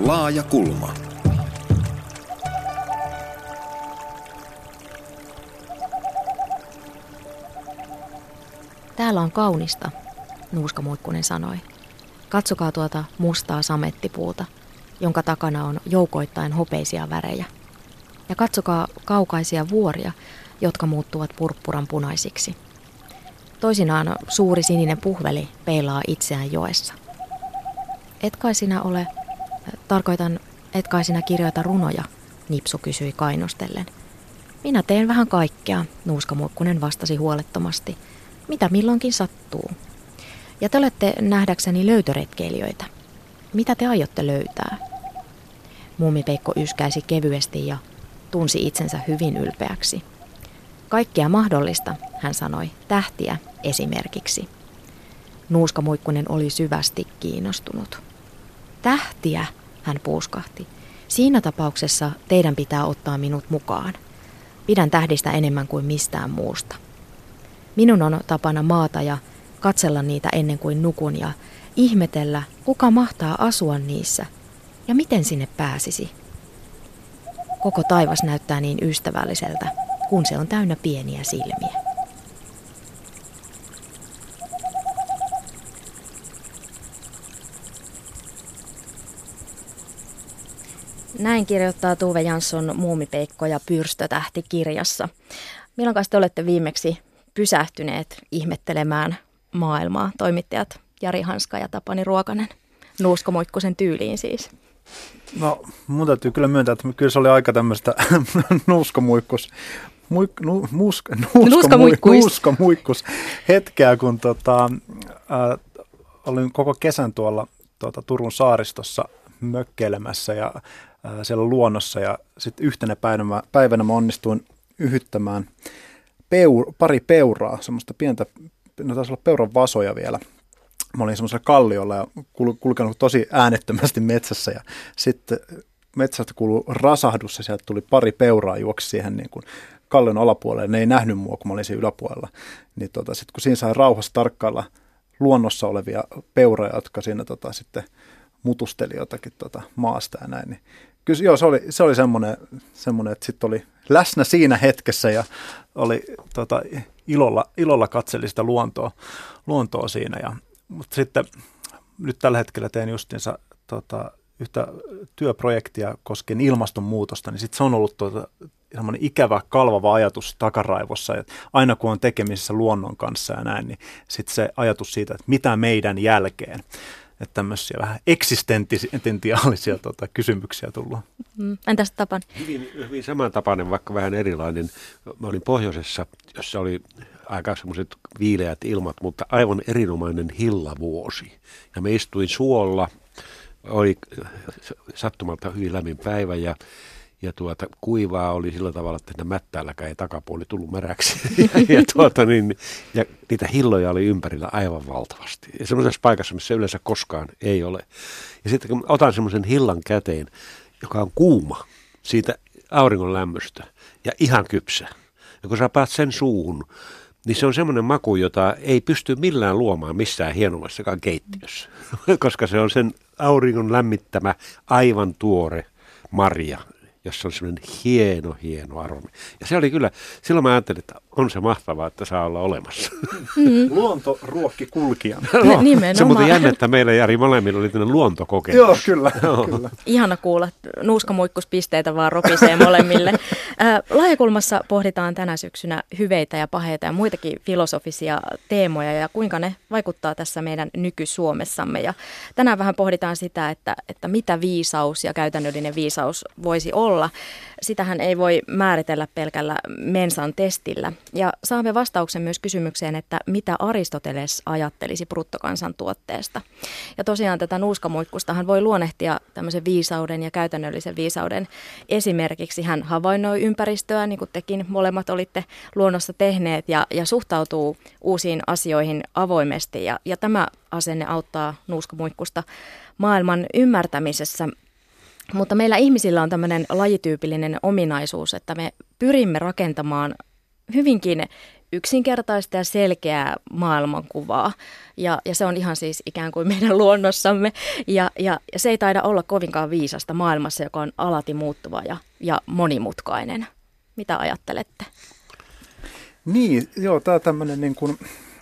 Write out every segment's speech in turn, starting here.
Laaja kulma. Täällä on kaunista, Nuuska Muikkunen sanoi. Katsokaa tuota mustaa samettipuuta, jonka takana on joukoittain hopeisia värejä. Ja katsokaa kaukaisia vuoria, jotka muuttuvat purppuran punaisiksi. Toisinaan suuri sininen puhveli peilaa itseään joessa. Et kai sinä kirjoita runoja, Nipsu kysyi kainostellen. Minä teen vähän kaikkea, Nuuska Muikkunen vastasi huolettomasti. Mitä milloinkin sattuu. Ja te olette nähdäkseni löytöretkeilijöitä. Mitä te aiotte löytää? Muumipeikko yskäisi kevyesti ja tunsi itsensä hyvin ylpeäksi. Kaikkea mahdollista, hän sanoi, tähtiä esimerkiksi. Nuuska Muikkunen oli syvästi kiinnostunut. Tähtiä, hän puuskahti. Siinä tapauksessa teidän pitää ottaa minut mukaan. Pidän tähdistä enemmän kuin mistään muusta. Minun on tapana maata ja katsella niitä ennen kuin nukun ja ihmetellä, kuka mahtaa asua niissä ja miten sinne pääsisi. Koko taivas näyttää niin ystävälliseltä, kun se on täynnä pieniä silmiä. Näin kirjoittaa Tuve Jansson Muumipeikko ja Pyrstötähti -kirjassa. Milloin te olette viimeksi pysähtyneet ihmettelemään maailmaa, toimittajat Jari Hanska ja Tapani Ruokanen, Nuuska Muikkusen tyyliin siis? No, mun täytyy kyllä myöntää, että kyllä se oli aika tämmöistä nuuskamuikkus hetkeä, kun olin koko kesän tuolla Turun saaristossa mökkeilemässä ja siellä luonnossa, ja sitten yhtenä päivänä mä onnistuin yhyttämään pari peuraa, semmoista pientä, no taisi olla peuran vasoja vielä. Mä olin semmoisella kalliolla ja kulkenut tosi äänettömästi metsässä, ja sitten metsästä kuului rasahdus ja sieltä tuli pari peuraa, juoksi siihen niin kuin kallion alapuolelle. Ne ei nähnyt mua, kun mä olin siinä yläpuolella. Niin sitten kun siinä sai rauhassa tarkkailla luonnossa olevia peuroja, jotka siinä sitten mutusteli jotakin maasta ja näin, niin kyllä joo, se oli semmoinen, että sitten oli läsnä siinä hetkessä ja oli ilolla katseli sitä luontoa siinä. Mutta sitten nyt tällä hetkellä teen justiinsa yhtä työprojektia koskien ilmastonmuutosta, niin sitten se on ollut semmoinen ikävä, kalvava ajatus takaraivossa, että aina kun on tekemisissä luonnon kanssa ja näin, niin sitten se ajatus siitä, että mitä meidän jälkeen. Että tämmöisiä vähän eksistentiaalisia kysymyksiä tullut. Entäs Tapani? Hyvin samantapainen, vaikka vähän erilainen. Mä olin pohjoisessa, jossa oli aika semmoiset viileät ilmat, mutta aivan erinomainen hillavuosi. Ja me istuin suolla, oli sattumalta hyvin lämmin päivä ja kuivaa oli sillä tavalla, että mättäälläkään ei takapuoli tullut märäksi. ja niitä hilloja oli ympärillä aivan valtavasti. Ja semmoisessa paikassa, missä yleensä koskaan ei ole. Ja sitten kun otan semmoisen hillan käteen, joka on kuuma siitä auringon lämmöstä ja ihan kypsä. Ja kun sä paat sen suuhun, niin se on semmoinen maku, jota ei pysty millään luomaan missään hienommassakaan keittiössä. Koska se on sen auringon lämmittämä aivan tuore marja, jossa on semmoinen hieno aromi. Ja se oli kyllä, silloin mä ajattelin, että on se mahtavaa, että saa olla olemassa. Luonto ruokki kulkijan. Nimenomaan. Se muuten jännä, että meillä Jari molemmilla oli tämmöinen luontokokemus. Joo, kyllä. Ihana kuulla. Nuuskamuikkuspisteitä vaan ropisee molemmille. Laajakulmassa pohditaan tänä syksynä hyveitä ja paheita ja muitakin filosofisia teemoja ja kuinka ne vaikuttaa tässä meidän nyky-Suomessamme. Ja tänään vähän pohditaan sitä, että mitä viisaus ja käytännöllinen viisaus voisi olla. Sitähän ei voi määritellä pelkällä Mensan testillä. Ja saamme vastauksen myös kysymykseen, että mitä Aristoteles ajattelisi bruttokansantuotteesta. Ja tosiaan tätä nuuskamuikkustahan voi luonnehtia tämmöisen viisauden ja käytännöllisen viisauden esimerkiksi. Hän havainnoi ympäristöä, niin kuin tekin molemmat olitte luonnossa tehneet, ja suhtautuu uusiin asioihin avoimesti. Ja tämä asenne auttaa nuuskamuikkusta maailman ymmärtämisessä. Mutta meillä ihmisillä on tämmöinen lajityypillinen ominaisuus, että me pyrimme rakentamaan hyvinkin yksinkertaista ja selkeää maailmankuvaa. Ja se on ihan siis ikään kuin meidän luonnossamme. Ja se ei taida olla kovinkaan viisasta maailmassa, joka on alati muuttuva ja monimutkainen. Mitä ajattelette? Niin, joo, tämä tämmöinen niin kuin,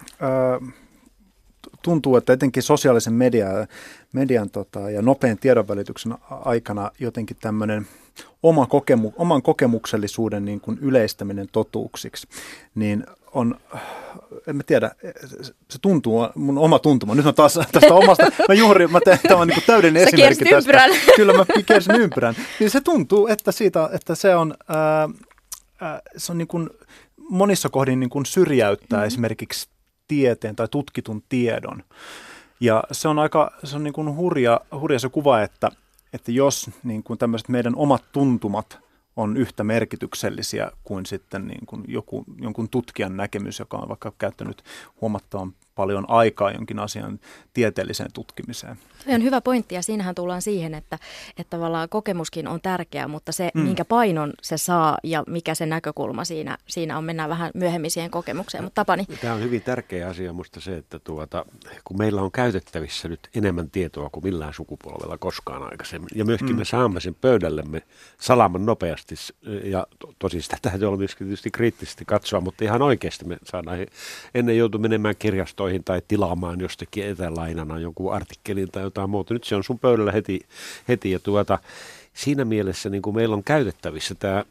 tuntuu, että etenkin sosiaalisen median ja nopean tiedonvälityksen aikana jotenkin tämmöinen oman kokemuksellisuuden niin kuin yleistäminen totuuksiksi, niin on, en mä tiedä, se tuntuu, mun oma tuntuma, nyt on taas tästä omasta, mä teen tämän niin kuin täydellinen esimerkki tästä. Kyllä mä kiersin ympyrän. Niin se tuntuu, että se on niin kuin monissa kohdin niin kuin syrjäyttää esimerkiksi tieteen tai tutkitun tiedon. Ja se on niin kuin hurja se kuva, että jos niin kuin tämmöiset meidän omat tuntumat on yhtä merkityksellisiä kuin sitten niin kuin jonkun tutkijan näkemys, joka on vaikka käyttänyt huomattavan paljon aikaa jonkin asian tieteelliseen tutkimiseen. Se on hyvä pointti ja siinähän tullaan siihen, että tavallaan kokemuskin on tärkeä, mutta se minkä painon se saa ja mikä se näkökulma siinä on, mennään vähän myöhemmin siihen kokemukseen. Mutta Tapani. Tämä on hyvin tärkeä asia musta se, että kun meillä on käytettävissä nyt enemmän tietoa kuin millään sukupolvella koskaan aikaisemmin ja myöskin me saamme sen pöydällemme salaman nopeasti ja tosi sitä täytyy olla myöskin tietysti kriittisesti katsoa, mutta ihan oikeasti me saadaan ennen joutu menemään kirjastoihin tai tilaamaan jostakin etälainana jonkun artikkelin tai jotain muuta. Nyt se on sun pöydällä heti ja siinä mielessä niin kuin meillä on käytettävissä tämä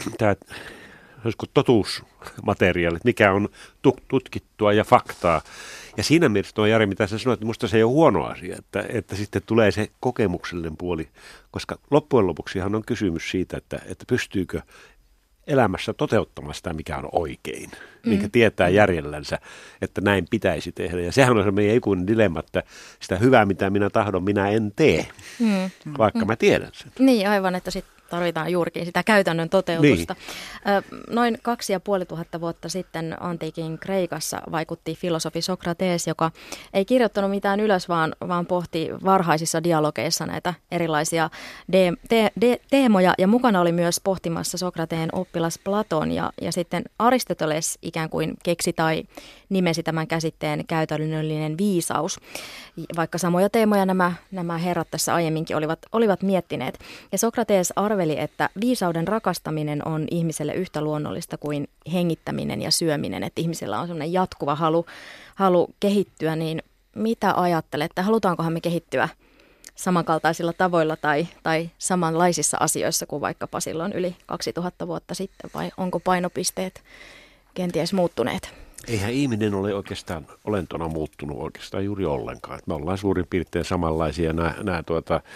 totuusmateriaali, mikä on tutkittua ja faktaa. Ja siinä mielessä tuo Jari, mitä sä sanoit, että musta se ei ole huono asia, että sitten tulee se kokemuksellinen puoli, koska loppujen lopuksihan on kysymys siitä, että pystyykö elämässä toteuttamaan sitä, mikä on oikein, minkä tietää järjellänsä, että näin pitäisi tehdä. Ja sehän on se meidän ikuinen dilemma, että sitä hyvää, mitä minä tahdon, minä en tee, vaikka mä tiedän sen. Niin, aivan, että sitten tarvitaan juurikin sitä käytännön toteutusta. Niin. Noin 2500 vuotta sitten antiikin Kreikassa vaikutti filosofi Sokrates, joka ei kirjoittanut mitään ylös, vaan pohti varhaisissa dialogeissa näitä erilaisia teemoja. Ja mukana oli myös pohtimassa Sokrateen oppilas Platon ja sitten Aristoteles ikään kuin keksi tai nimesi tämän käsitteen käytännöllinen viisaus, vaikka samoja teemoja nämä herrat tässä aiemminkin olivat miettineet. Ja Sokrates arveli, että viisauden rakastaminen on ihmiselle yhtä luonnollista kuin hengittäminen ja syöminen, että ihmisellä on sellainen jatkuva halu kehittyä, niin mitä ajattelette? Halutaankohan me kehittyä samankaltaisilla tavoilla tai samanlaisissa asioissa kuin vaikkapa silloin yli 2000 vuotta sitten, vai onko painopisteet kenties muuttuneet? Eihän ihminen ole oikeastaan olentona muuttunut oikeastaan juuri ollenkaan. Me ollaan suurin piirtein samanlaisia nämä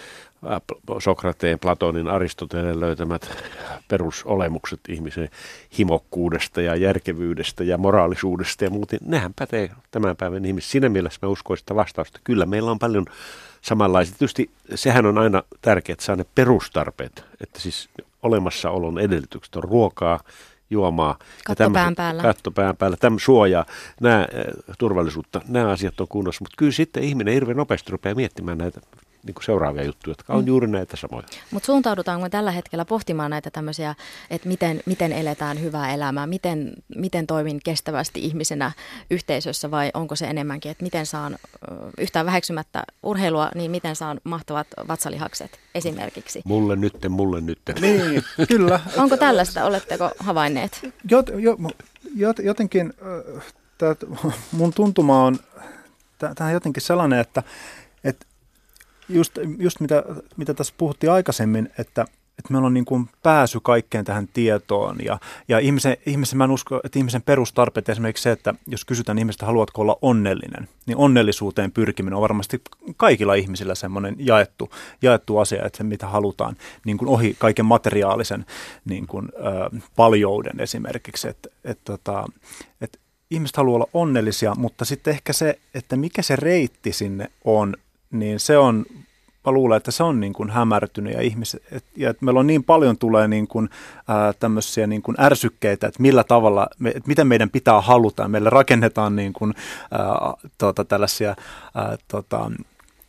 Sokrateen, Platonin, Aristoteleen löytämät perusolemukset ihmisen himokkuudesta ja järkevyydestä ja moraalisuudesta ja muuten. Nehän pätee tämän päivän ihmisiä. Siinä mielessä mä uskoisin sitä vastausta. Kyllä meillä on paljon samanlaisia. Tietysti sehän on aina tärkeää, että saa ne perustarpeet, että siis olemassaolon edellytykset on ruokaa, juomaa. Katto pään päällä. Suojaa, turvallisuutta, nämä asiat on kunnossa. Mutta kyllä sitten ihminen hirveän nopeasti rupeaa miettimään näitä niin kuin seuraavia juttuja, jotka on juuri näitä samoja. Mutta suuntaudutaanko tällä hetkellä pohtimaan näitä tämmöisiä, että miten eletään hyvää elämää, miten toimin kestävästi ihmisenä yhteisössä vai onko se enemmänkin, että miten saan yhtään väheksymättä urheilua, niin miten saan mahtavat vatsalihakset esimerkiksi? Mulle nyt. Niin, kyllä. Onko tällaista, oletteko havainneet? Jotenkin mun tuntuma on tämä jotenkin sellainen, että just mitä tässä puhuttiin aikaisemmin, että meillä on niin kuin pääsy kaikkeen tähän tietoon ja ihmisen mä en usko, että ihmisen perustarpeet esimerkiksi se, että jos kysytään ihmistä, haluatko olla onnellinen, niin onnellisuuteen pyrkiminen on varmasti kaikilla ihmisillä semmoinen jaettu asia, että se mitä halutaan niin kuin ohi kaiken materiaalisen niin kuin, paljouden esimerkiksi, että ihmiset haluaa olla onnellisia, mutta sitten ehkä se, että mikä se reitti sinne on, niin se on, mä luulen, että se on niin kuin hämärtynyt ja että meillä on niin paljon tulee niin kuin, tämmöisiä niin kuin ärsykkeitä, että millä tavalla, että miten meidän pitää haluta. Meille rakennetaan niin kuin, tällaisia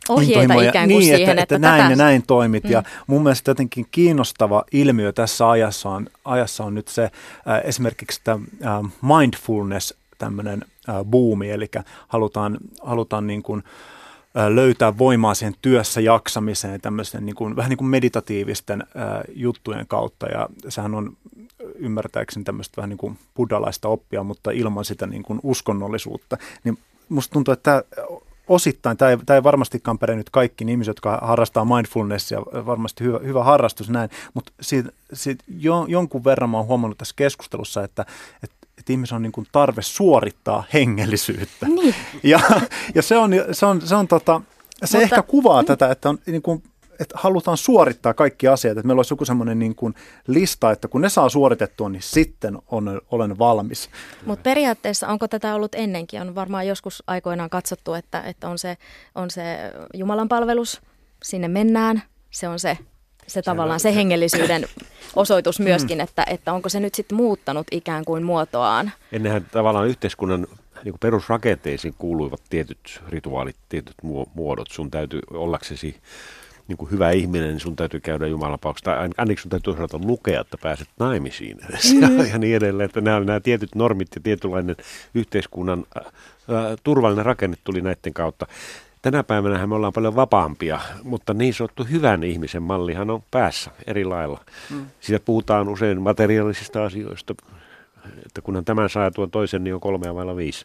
ohjeita ikään kuin siihen, että näin ja näin toimit. Ja mun mielestä jotenkin kiinnostava ilmiö tässä ajassa on nyt se esimerkiksi tämä mindfulness, tämmöinen buumi, eli halutaan niin kuin löytää voimaa siihen työssä jaksamiseen tämmöisten vähän niin kuin meditatiivisten juttujen kautta, ja sehän on ymmärtääkseni tämmöistä vähän niin kuin buddhalaista oppia, mutta ilman sitä niin kuin uskonnollisuutta. Niin musta tuntuu, että osittain, tämä ei varmastikaan päde nyt kaikkiin ihmisiä, jotka harrastaa mindfulnessia, varmasti hyvä harrastus näin, mutta siitä jonkun verran mä oon huomannut tässä keskustelussa, että ihmisellä on niin kuin tarve suorittaa hengellisyyttä. Niin. Ja se ehkä kuvaa tätä, että on niin kuin, että halutaan suorittaa kaikki asiat, että meillä olisi joku semmoinen niin kuin lista, että kun ne saa suoritettua, niin sitten olen valmis. Mutta periaatteessa onko tätä ollut ennenkin? On varmaan joskus aikoinaan katsottu, että on se Jumalan palvelus, sinne mennään, se on se tavallaan se hengellisyyden osoitus myöskin, että onko se nyt sitten muuttanut ikään kuin muotoaan. Ennenhän tavallaan yhteiskunnan niin kuin perusrakenteisiin kuuluivat tietyt rituaalit, tietyt muodot. Sun täytyy ollaksesi niin kuin hyvä ihminen, niin sun täytyy käydä jumalapauksessa. Tai ainakin sun täytyy osata lukea, että pääset naimisiin edes. Ja niin edelleen, että nämä tietyt normit ja tietynlainen yhteiskunnan turvallinen rakenne tuli näiden kautta. Tänä päivänä me ollaan paljon vapaampia, mutta niin sanottu hyvän ihmisen mallihan on päässä eri lailla. Siitä puhutaan usein materiaalisista asioista, että kunhan tämän saa tuon toisen, niin on 3 vailla 5.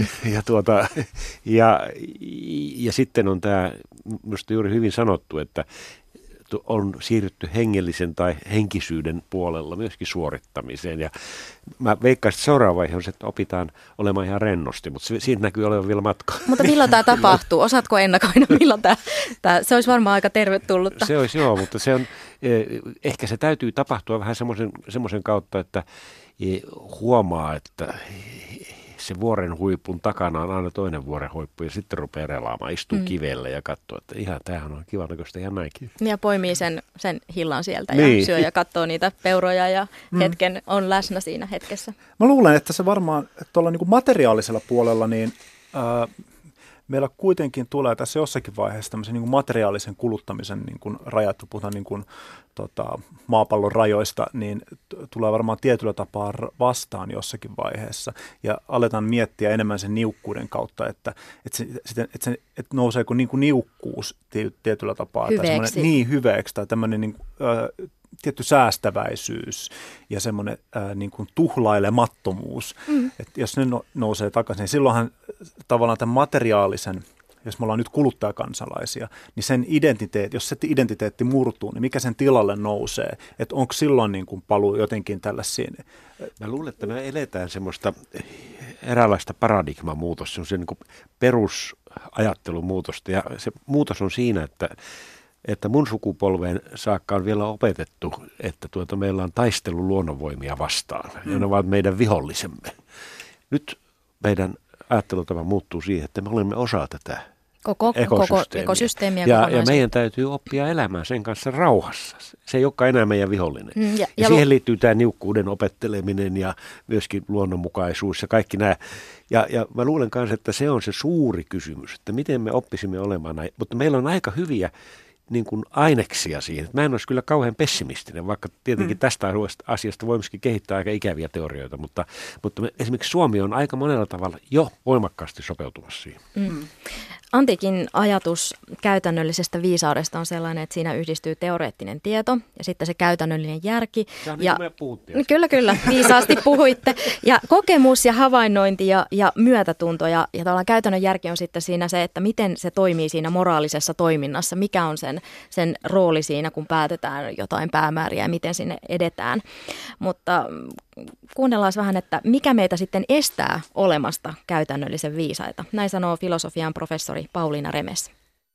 Ja sitten on tämä, minusta juuri hyvin sanottu, että on siirrytty hengellisen tai henkisyyden puolella myöskin suorittamiseen. Ja mä veikkaan, että seuraava vaihe on se, että opitaan olemaan ihan rennosti, mutta siitä näkyy olevan vielä matkaa. Mutta milloin tämä tapahtuu? Osaatko ennakoida, milloin tämä? Se olisi varmaan aika tervetullutta. Se olisi mutta se on, ehkä se täytyy tapahtua vähän semmoisen kautta, että huomaa, että se vuoren huipun takana on aina toinen vuoren huippu ja sitten rupeaa relaamaan, istuu kivelle ja katsoo, että ihan tämähän on kiva näköistä ihan näinkin. Ja poimii sen hillan sieltä ja syö ja katsoo niitä peuroja ja hetken on läsnä siinä hetkessä. Mä luulen, että se varmaan tuolla niin kuin materiaalisella puolella niin meillä kuitenkin tulee tässä jossakin vaiheessa tämmöisen niin kuin materiaalisen kuluttamisen niin kuin rajat, puhutaan niin kuin, maapallon rajoista, niin tulee varmaan tietyllä tapaa vastaan jossakin vaiheessa. Ja aletaan miettiä enemmän sen niukkuuden kautta, että nouseeko niin kuin niukkuus tietyllä tapaa. Hyveeksi. Hyveeksi tai tämmöinen niin, tietty säästäväisyys ja semmoinen niin kuin tuhlailemattomuus. Että jos ne nousee takaisin, niin silloinhan tavallaan tämän materiaalisen, jos me ollaan nyt kuluttajakansalaisia, niin sen jos se identiteetti murtuu, niin mikä sen tilalle nousee? Että onko silloin niin kuin paluu jotenkin tällaisiin? Mä luulen, että me eletään semmoista eräänlaista paradigmamuutosta, semmoista niin kuin perusajattelun muutosta. Ja se muutos on siinä, että mun sukupolveen saakka on vielä opetettu, että meillä on taistelu luonnonvoimia vastaan. Ja ne ovat meidän vihollisemme. Nyt meidän ajattelutapa muuttuu siihen, että me olemme osa tätä koko ekosysteemiä. Ja meidän täytyy oppia elämään sen kanssa rauhassa. Se ei olekaan enää meidän vihollinen. Ja siihen liittyy tämä niukkuuden opetteleminen ja myöskin luonnonmukaisuus ja kaikki nämä. Ja mä luulen kanssa, että se on se suuri kysymys, että miten me oppisimme olemaan näin. Mutta meillä on aika hyviä niin kuin aineksia siihen. Mä en olisi kyllä kauhean pessimistinen, vaikka tietenkin tästä asiasta voimmekin kehittää aika ikäviä teorioita, mutta esimerkiksi Suomi on aika monella tavalla jo voimakkaasti sopeutumassa siihen. Antiikin ajatus käytännöllisestä viisaudesta on sellainen, että siinä yhdistyy teoreettinen tieto ja sitten se käytännöllinen järki. Kyllä, viisaasti puhuitte. Ja kokemus ja havainnointi ja myötätunto ja tavallaan käytännön järki on sitten siinä se, että miten se toimii siinä moraalisessa toiminnassa, mikä on sen rooli siinä, kun päätetään jotain päämääriä ja miten sinne edetään. Mutta kuunnellaan vähän, että mikä meitä sitten estää olemasta käytännöllisen viisaita. Näin sanoo filosofian professori Pauliina Remes.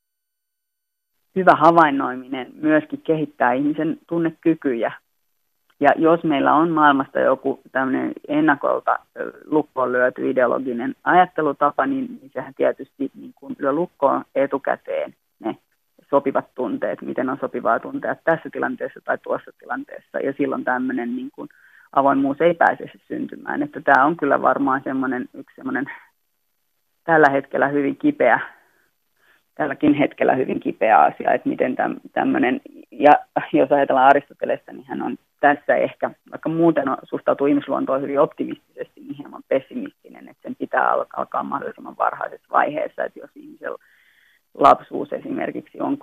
Hyvä havainnoiminen myöskin kehittää ihmisen tunnekykyjä. Ja jos meillä on maailmasta joku tämmöinen ennakolta lukkoon lyöty ideologinen ajattelutapa, niin sehän tietysti niin kuin lyö lukkoon etukäteen ne sopivat tunteet, miten on sopivaa tuntea tässä tilanteessa tai tuossa tilanteessa. Ja silloin tämmöinen niin kuin avoimuus ei pääsisi syntymään. Että tämä on kyllä varmaan yksi semmoinen tällä hetkellä hyvin tälläkin hetkellä hyvin kipeä asia, että miten tämmöinen, ja jos ajatellaan Aristotelesta, niin hän on tässä ehkä, vaikka muuten suhtautuu ihmisluontoon hyvin optimistisesti, niin hieman pessimistinen, että sen pitää alkaa mahdollisimman varhaisessa vaiheessa, että jos ihmisellä lapsuus esimerkiksi on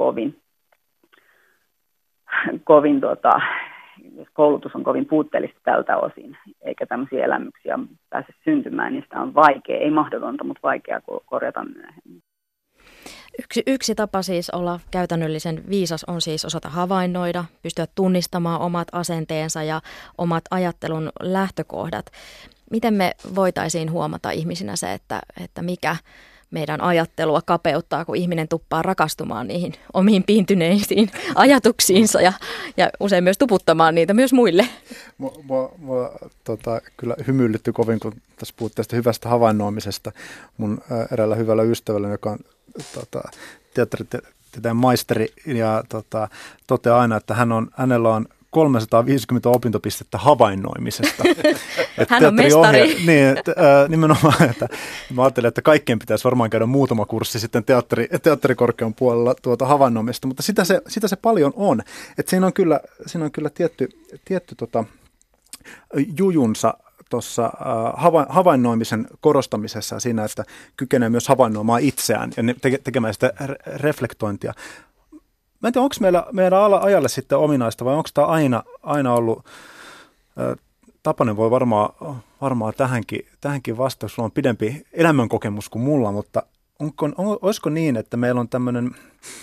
jos koulutus on kovin puutteellista tältä osin, eikä tämmöisiä elämyksiä pääse syntymään, niin sitä on vaikea, ei mahdotonta, mutta vaikea korjata myöhemmin. Yksi tapa siis olla käytännöllisen viisas on siis osata havainnoida, pystyä tunnistamaan omat asenteensa ja omat ajattelun lähtökohdat. Miten me voitaisiin huomata ihmisinä se, että mikä meidän ajattelua kapeuttaa, kun ihminen tuppaa rakastumaan niihin omiin piintyneisiin ajatuksiinsa ja usein myös tuputtamaan niitä myös muille? Mua kyllä hymyilytty kovin, kun tässä puhut tästä hyvästä havainnoimisesta. Mun eräällä hyvällä ystävällä, joka on teatteritieteen maisteri, ja toteaa aina, että hänellä on 350 opintopistettä havainnoimisesta. Hän on mestari. Niin, nimenomaan, että mä ajattelin, että kaikkien pitäisi varmaan käydä muutama kurssi sitten teatterikorkean puolella havainnoimista, mutta sitä se paljon on. Että siinä on kyllä tietty jujunsa tuossa havainnoimisen korostamisessa siinä, että kykenee myös havainnoimaan itseään ja tekemään sitä reflektointia. Mä en tiedä, onko meidän ajalle sitten ominaista vai onko tämä aina ollut, Tapanen voi varmaan tähänkin vastata, sulla on pidempi elämänkokemus kuin mulla, mutta olisiko niin, että meillä on tämmöinen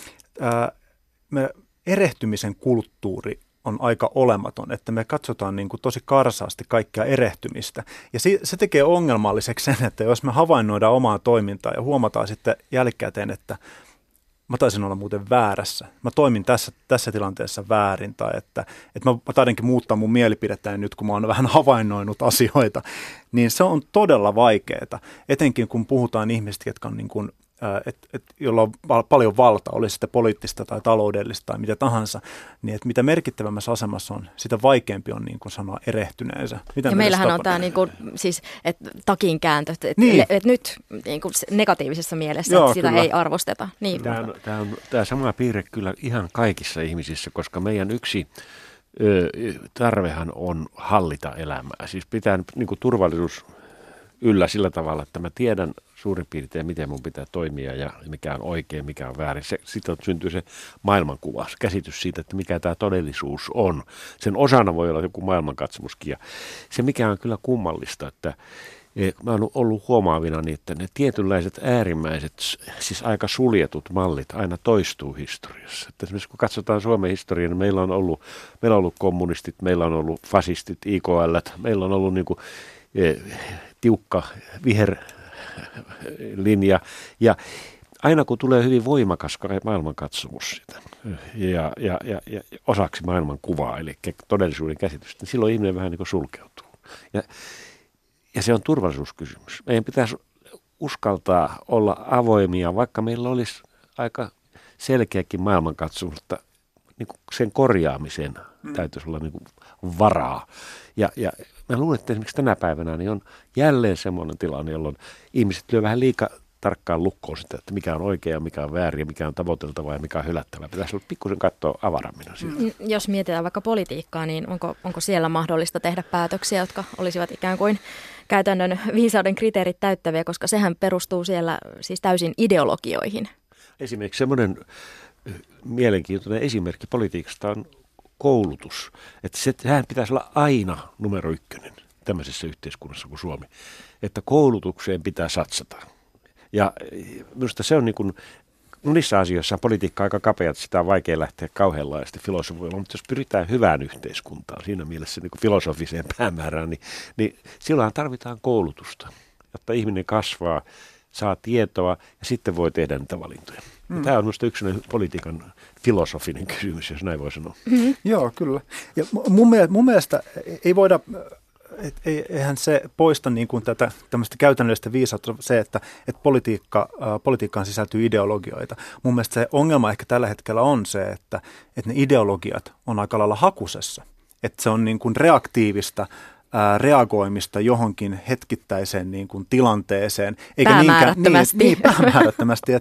erehtymisen kulttuuri on aika olematon, että me katsotaan niin kuin tosi karsaasti kaikkea erehtymistä. Ja se tekee ongelmalliseksi sen, että jos me havainnoidaan omaa toimintaa ja huomataan sitten jälkikäteen, että mä taisin olla muuten väärässä. Mä toimin tässä tilanteessa väärin tai että mä taidankin muuttaa mun mielipidettä nyt, kun mä oon vähän havainnoinut asioita. Niin se on todella vaikeaa, etenkin kun puhutaan ihmisistä, jotka on niin kuin, jolla on paljon valtaa, oli sitten poliittista tai taloudellista tai mitä tahansa, niin että mitä merkittävämmässä asemassa on, sitä vaikeampi on niin kuin sanoa erehtyneensä. Ja meillähän on tämä niin kuin, siis, takin kääntö, että niin. Nyt niin kuin negatiivisessa mielessä, joo, että sitä kyllä ei arvosteta. Niin. Tämä sama piirre kyllä ihan kaikissa ihmisissä, koska meidän yksi tarvehan on hallita elämää. Siis pitää niin kuin turvallisuus yllä sillä tavalla, että mä tiedän suurin piirtein, miten mun pitää toimia ja mikä on oikein, mikä on väärin. Sitten syntyy se maailmankuva, se käsitys siitä, että mikä tämä todellisuus on. Sen osana voi olla joku maailmankatsomuskin. Ja se, mikä on kyllä kummallista, että mä oon ollut huomaavina niin, että ne tietynlaiset äärimmäiset, siis aika suljetut mallit aina toistuu historiassa. Että esimerkiksi kun katsotaan Suomen historiaa, niin meillä on ollut kommunistit, meillä on ollut fasistit, IKL, meillä on ollut niin kuin tiukka viherlinja ja aina kun tulee hyvin voimakas maailmankatsomus sitä ja osaksi maailmankuvaa, eli todellisuuden käsitystä, niin silloin ihminen vähän niin kuin sulkeutuu. Ja se on turvallisuuskysymys. Meidän pitäisi uskaltaa olla avoimia, vaikka meillä olisi aika selkeäkin maailmankatsomus, mutta niin kuin sen korjaamiseen täytyisi olla niin kuin varaa. Ja mä luulen, että esimerkiksi tänä päivänä niin on jälleen semmoinen tilanne, jolloin ihmiset lyö vähän liikaa tarkkaan lukkoon sitä, että mikä on oikea ja mikä on väärin ja mikä on tavoiteltavaa ja mikä on hylättävää. Pitäisi olla pikkusen katsoa avarammin. Jos mietitään vaikka politiikkaa, niin onko siellä mahdollista tehdä päätöksiä, jotka olisivat ikään kuin käytännön viisauden kriteerit täyttäviä, koska sehän perustuu siellä siis täysin ideologioihin. Esimerkiksi semmoinen mielenkiintoinen esimerkki politiikasta on koulutus. Että sehän pitäisi olla aina numero 1 tämmöisessä yhteiskunnassa kuin Suomi. Että koulutukseen pitää satsata. Ja minusta se on niin kuin, niissä asioissa politiikka on aika kapea, että sitä on vaikea lähteä kauhean laajasti filosofialla, mutta jos pyritään hyvään yhteiskuntaan, siinä mielessä niin kuin filosofiseen päämäärään, niin silloin tarvitaan koulutusta, jotta ihminen kasvaa, saa tietoa ja sitten voi tehdä niitä valintoja. Tämä on minusta yksilön politiikan filosofinen kysymys, jos näin voi sanoa. Mm-hmm. Joo, kyllä. Ja mun mielestä ei voida, eihän se poista niin kuin tätä tämmöistä käytännöllistä viisautta se, että politiikkaan sisältyy ideologioita. Mun mielestä se ongelma ehkä tällä hetkellä on se, että ne ideologiat on aika lailla hakusessa. Että se on niin kuin reaktiivista reagoimista johonkin hetkittäiseen niin kuin tilanteeseen. Eikä päämäärättömästi. Päämäärättömästi, että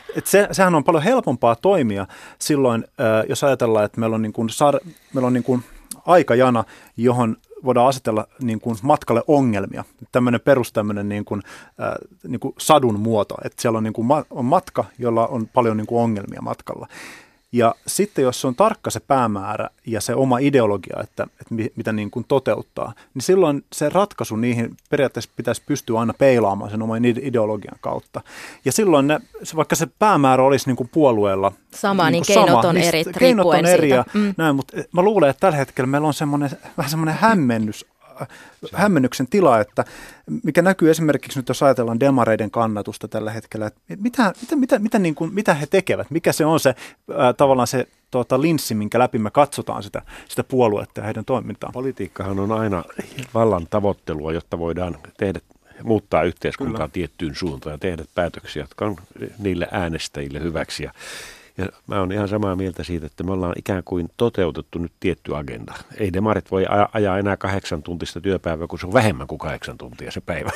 sehän on paljon helpompaa toimia silloin, jos ajatellaan, että meillä on niin kuin aikajana, johon voidaan asetella niin kuin matkalle ongelmia. Tämmöinen niin kuin sadun muoto, että siellä on, niin kuin on matka, jolla on paljon niin kuin ongelmia matkalla. Ja sitten jos on tarkka se päämäärä ja se oma ideologia, että mitä niin kuin toteuttaa, niin silloin se ratkaisu niihin periaatteessa pitäisi pystyä aina peilaamaan sen oman ideologian kautta. Ja silloin vaikka se päämäärä olisi niin kuin puolueella sama, niin keinot on eri, riippuen siitä. Näin, mutta mä luulen, että tällä hetkellä meillä on vähän semmoinen hämmennyksen tila, että mikä näkyy esimerkiksi nyt, jos ajatellaan demareiden kannatusta tällä hetkellä, että mitä he tekevät, mikä se on se tavallaan se linssi, minkä läpi me katsotaan sitä puoluetta ja heidän toimintaa. Politiikkahan on aina vallan tavoittelua, jotta voidaan muuttaa yhteiskuntaa tiettyyn suuntaan ja tehdä päätöksiä, jotka on niille äänestäjille hyväksi. Ja mä oon ihan samaa mieltä siitä, että me ollaan ikään kuin toteutettu nyt tietty agenda. Ei demarit voi ajaa enää 8 tuntista työpäivää, kun se on vähemmän kuin 8 tuntia se päivä.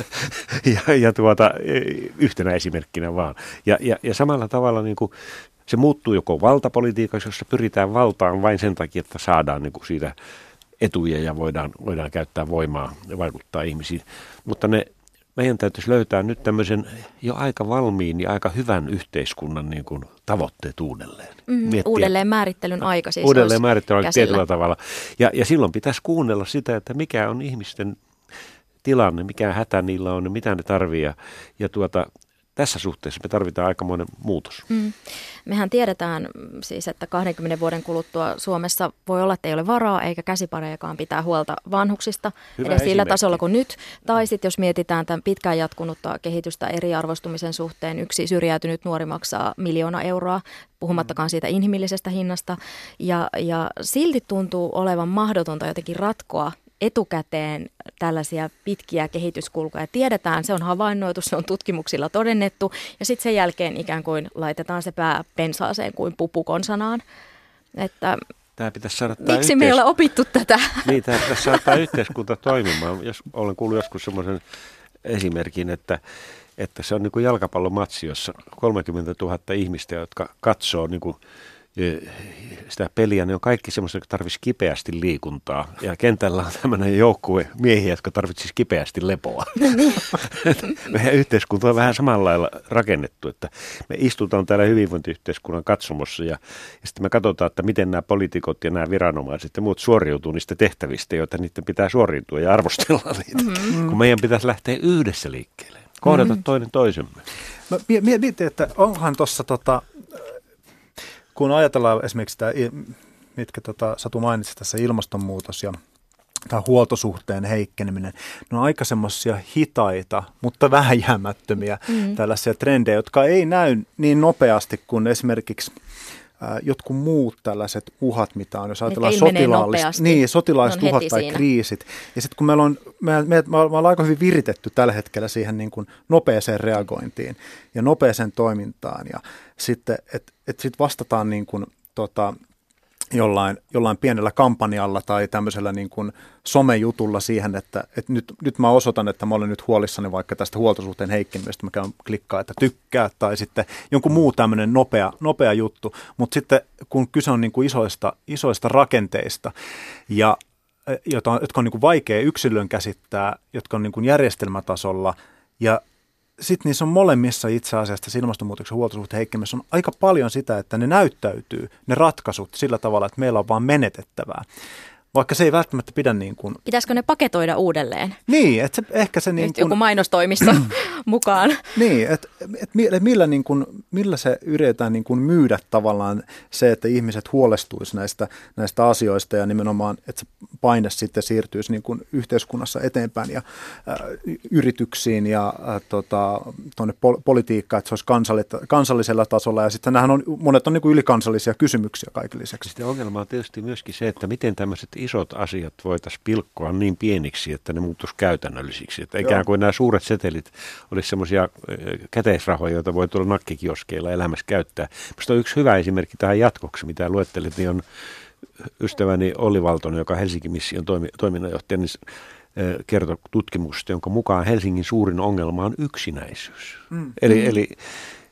Yhtenä esimerkkinä vaan. Ja samalla tavalla niin kuin se muuttuu joko valtapolitiikaksi, jossa pyritään valtaan vain sen takia, että saadaan niin kuin siitä etuja ja voidaan käyttää voimaa ja vaikuttaa ihmisiin. Mutta meidän täytyisi löytää nyt tämmöisen jo aika valmiin ja aika hyvän yhteiskunnan niin kuin tavoitteet uudelleen. Uudelleen määrittelyn aika siis. Uudelleen määrittelyn aika tietyllä tavalla. Ja silloin pitäisi kuunnella sitä, että mikä on ihmisten tilanne, mikä hätä niillä on, mitä ne tarvitsee. Ja tässä suhteessa me tarvitaan aikamoinen muutos. Mehän tiedetään siis, että 20 vuoden kuluttua Suomessa voi olla, että ei ole varaa eikä käsiparejakaan pitää huolta vanhuksista edes sillä tasolla kuin nyt. Tai sitten jos mietitään tämän pitkään jatkunutta kehitystä eriarvoistumisen suhteen, yksi syrjäytynyt nuori maksaa 1 miljoonaa euroa, puhumattakaan siitä inhimillisestä hinnasta. Ja silti tuntuu olevan mahdotonta jotenkin ratkoa etukäteen tällaisia pitkiä kehityskulkuja. Tiedetään, se on havainnoitu, se on tutkimuksilla todennettu ja sitten sen jälkeen ikään kuin laitetaan se pää pensaaseen kuin pupu konsanaan. Että tämä pitäisi saada miksi me ei ole opittu tätä? Niin, tämä pitäisi saada tämä yhteiskunta toimimaan. Olen kuullut joskus semmoisen esimerkin, että se on niin kuin jalkapallomatsi, jossa 30 000 ihmistä, jotka katsoo niin kuin sitä peliä, ne on kaikki semmoisia, jotka tarvitsisi kipeästi liikuntaa. Ja kentällä on tämmöinen joukkue miehiä, jotka tarvitsisi kipeästi lepoa. Meidän yhteiskunta on vähän samalla lailla rakennettu, että me istutaan täällä hyvinvointiyhteiskunnan katsomossa ja sitten me katsotaan, että miten nämä poliitikot ja nämä viranomaiset ja muut suoriutuu niistä tehtävistä, joita niiden pitää suoriutua ja arvostella niitä. Kun meidän pitäisi lähteä yhdessä liikkeelle, kohdata toinen toisemme. Mä mietin, että onhan tuossa kun ajatellaan esimerkiksi tämä, mitkä Satu mainitsi tässä ilmastonmuutos ja tämä huoltosuhteen heikkeneminen, ne on aika semmoisia hitaita, mutta vääjäämättömiä tällaisia trendejä, jotka ei näy niin nopeasti kuin esimerkiksi jotkut muut tällaiset uhat, mitä on, jos ajatellaan sotilaalliset uhat tai kriisit. Ja sitten kun me ollaan aika hyvin viritetty tällä hetkellä siihen niin kuin nopeeseen reagointiin ja nopeeseen toimintaan ja sitten, että sitten vastataan niin kuin, jollain pienellä kampanjalla tai tämmöisellä niin kuin somejutulla siihen, että nyt mä osoitan, että mä olen nyt huolissani vaikka tästä huoltosuhteen heikkenemisestä, mä käyn klikkaa, että tykkää, tai sitten jonkun muu tämmöinen nopea juttu, mutta sitten kun kyse on niin kuin isoista rakenteista, ja jotka on niin kuin vaikea yksilön käsittää, jotka on niin kuin järjestelmätasolla, ja sitten niissä on molemmissa itse asiassa tässä ilmastonmuutoksen huoltosuhteen heikkenemistä on aika paljon sitä, että ne näyttäytyy, ne ratkaisut sillä tavalla, että meillä on vaan menetettävää. Vaikka se ei välttämättä pidä niin kuin... Pitäisikö ne paketoida uudelleen? Niin, että ehkä se niin kuin... Joku mainostoimisto mukaan. Niin, että millä se yritetään niin kuin myydä tavallaan se, että ihmiset huolestuisi näistä asioista ja nimenomaan, että se paine sitten siirtyisi niin kuin yhteiskunnassa eteenpäin ja yrityksiin ja tuonne politiikkaan, että se olisi kansallisella tasolla ja sitten monet on niin kuin ylikansallisia kysymyksiä kaiken lisäksi. Sitten ongelma on tietysti myöskin se, että miten tämmöiset isot asiat voitaisiin pilkkoa niin pieniksi, että ne muuttuisi käytännöllisiksi. Että ikään kuin nämä suuret setelit olisi semmoisia käteisrahoja, joita voi tulla nakkikioskeilla elämässä käyttää. Minusta on yksi hyvä esimerkki tähän jatkoksi, mitä luettelit, niin on ystäväni Olli Valtonen, joka Helsingin mission toiminnanjohtaja, niin kertoi tutkimusta, jonka mukaan Helsingin suurin ongelma on yksinäisyys. Eli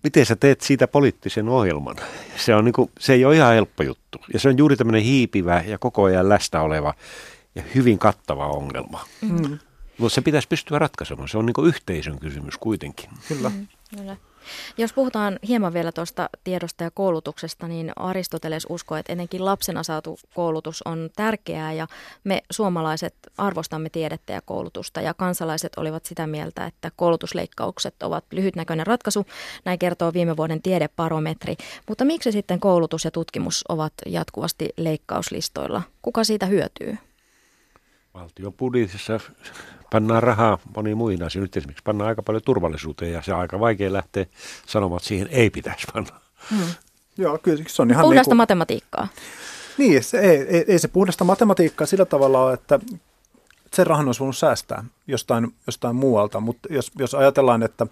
miten sä teet siitä poliittisen ohjelman? Se ei ole ihan helppo juttu. Ja se on juuri tämmöinen hiipivä ja koko ajan läsnä oleva ja hyvin kattava ongelma. Mutta se pitäisi pystyä ratkaisemaan. Se on niin kuin yhteisön kysymys kuitenkin. Kyllä. Kyllä. Jos puhutaan hieman vielä tuosta tiedosta ja koulutuksesta, niin Aristoteles uskoi, että ennenkin lapsena saatu koulutus on tärkeää ja me suomalaiset arvostamme tiedettä ja koulutusta ja kansalaiset olivat sitä mieltä, että koulutusleikkaukset ovat lyhytnäköinen ratkaisu. Näin kertoo viime vuoden tiedebarometri. Mutta miksi sitten koulutus ja tutkimus ovat jatkuvasti leikkauslistoilla? Kuka siitä hyötyy? Valtion budjetissa pannaan rahaa moniin muihin asioihin. Nyt esimerkiksi pannaan aika paljon turvallisuuteen ja se on aika vaikea lähteä sanomaan, että siihen ei pitäisi panna. Joo, kyllä se on ihan puhdasta matematiikkaa. Niin, ei se puhdasta matematiikkaa sillä tavalla ole, että sen rahan olisi voinut säästää jostain muualta, mutta jos ajatellaan, että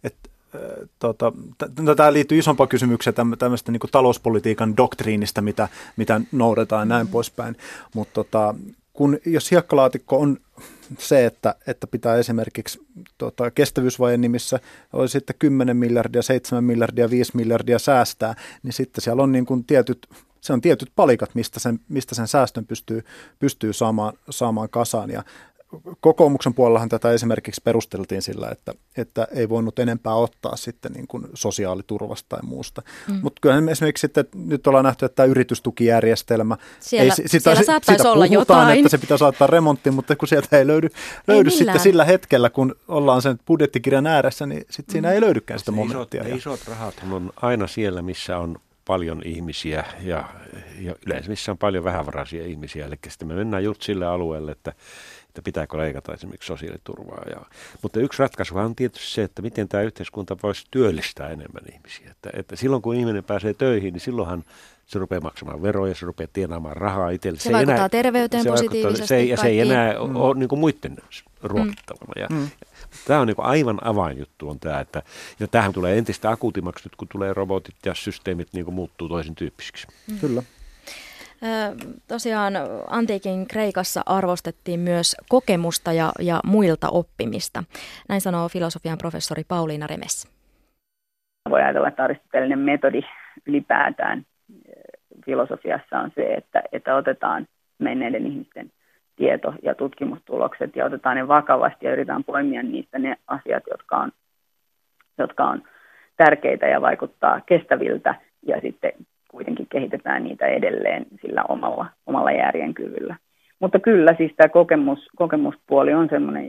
tämä liittyy isompaan kysymykseen tämmöistä niin kuin talouspolitiikan doktriinista, mitä noudataan ja näin poispäin, mutta jos hiekkalaatikko on se, että pitää esimerkiksi kestävyysvajeen nimissä olisi sitten 10 miljardia, 7 miljardia, 5 miljardia säästää, niin sitten siellä on niin kuin tietyt palikat, mistä sen säästön pystyy saamaan kasaan. Ja kokoomuksen puolellahan tätä esimerkiksi perusteltiin sillä, että ei voinut enempää ottaa sitten niin kuin sosiaaliturvasta tai muusta. Mutta kyllähän esimerkiksi sitten nyt ollaan nähty, että tämä yritystukijärjestelmä, siellä saattaisi olla puhutaan, jotain. että se pitää saattaa remonttiin, mutta kun sieltä ei löydy sitten sillä hetkellä, kun ollaan sen budjettikirjan ääressä, niin sitten siinä ei löydykään sitä momenttia. Isot rahat on aina siellä, missä on paljon ihmisiä ja yleensä missä on paljon vähävaraisia ihmisiä. Eli sitten me mennään just sille alueelle, että pitääkö leikata esimerkiksi sosiaaliturvaa. Mutta yksi ratkaisu on tietysti se, että miten tämä yhteiskunta voisi työllistää enemmän ihmisiä. Että silloin kun ihminen pääsee töihin, niin silloinhan se rupeaa maksamaan veroja, se rupeaa tienaamaan rahaa itselle. Se vaikuttaa terveyteen positiivisesti. Se ei enää ole niin kuin muiden ruokittavana. Tämä on niin kuin aivan avainjuttu on tämä, ja tämähän tulee entistä akuutimmaksi nyt, kun tulee robotit ja systeemit niin kuin muuttuu toisen tyyppisiksi. Kyllä. Tosiaan antiikin Kreikassa arvostettiin myös kokemusta ja muilta oppimista. Näin sanoo filosofian professori Pauliina Remes. Voi ajatella, että aristotelinen metodi ylipäätään filosofiassa on se, että otetaan menneiden ihmisten tieto- ja tutkimustulokset ja otetaan ne vakavasti ja yritetään poimia niistä ne asiat, jotka on tärkeitä ja vaikuttaa kestäviltä ja sitten kuitenkin kehitetään niitä edelleen sillä omalla järjenkyvyllä. Mutta kyllä siis tämä kokemuspuoli on sellainen,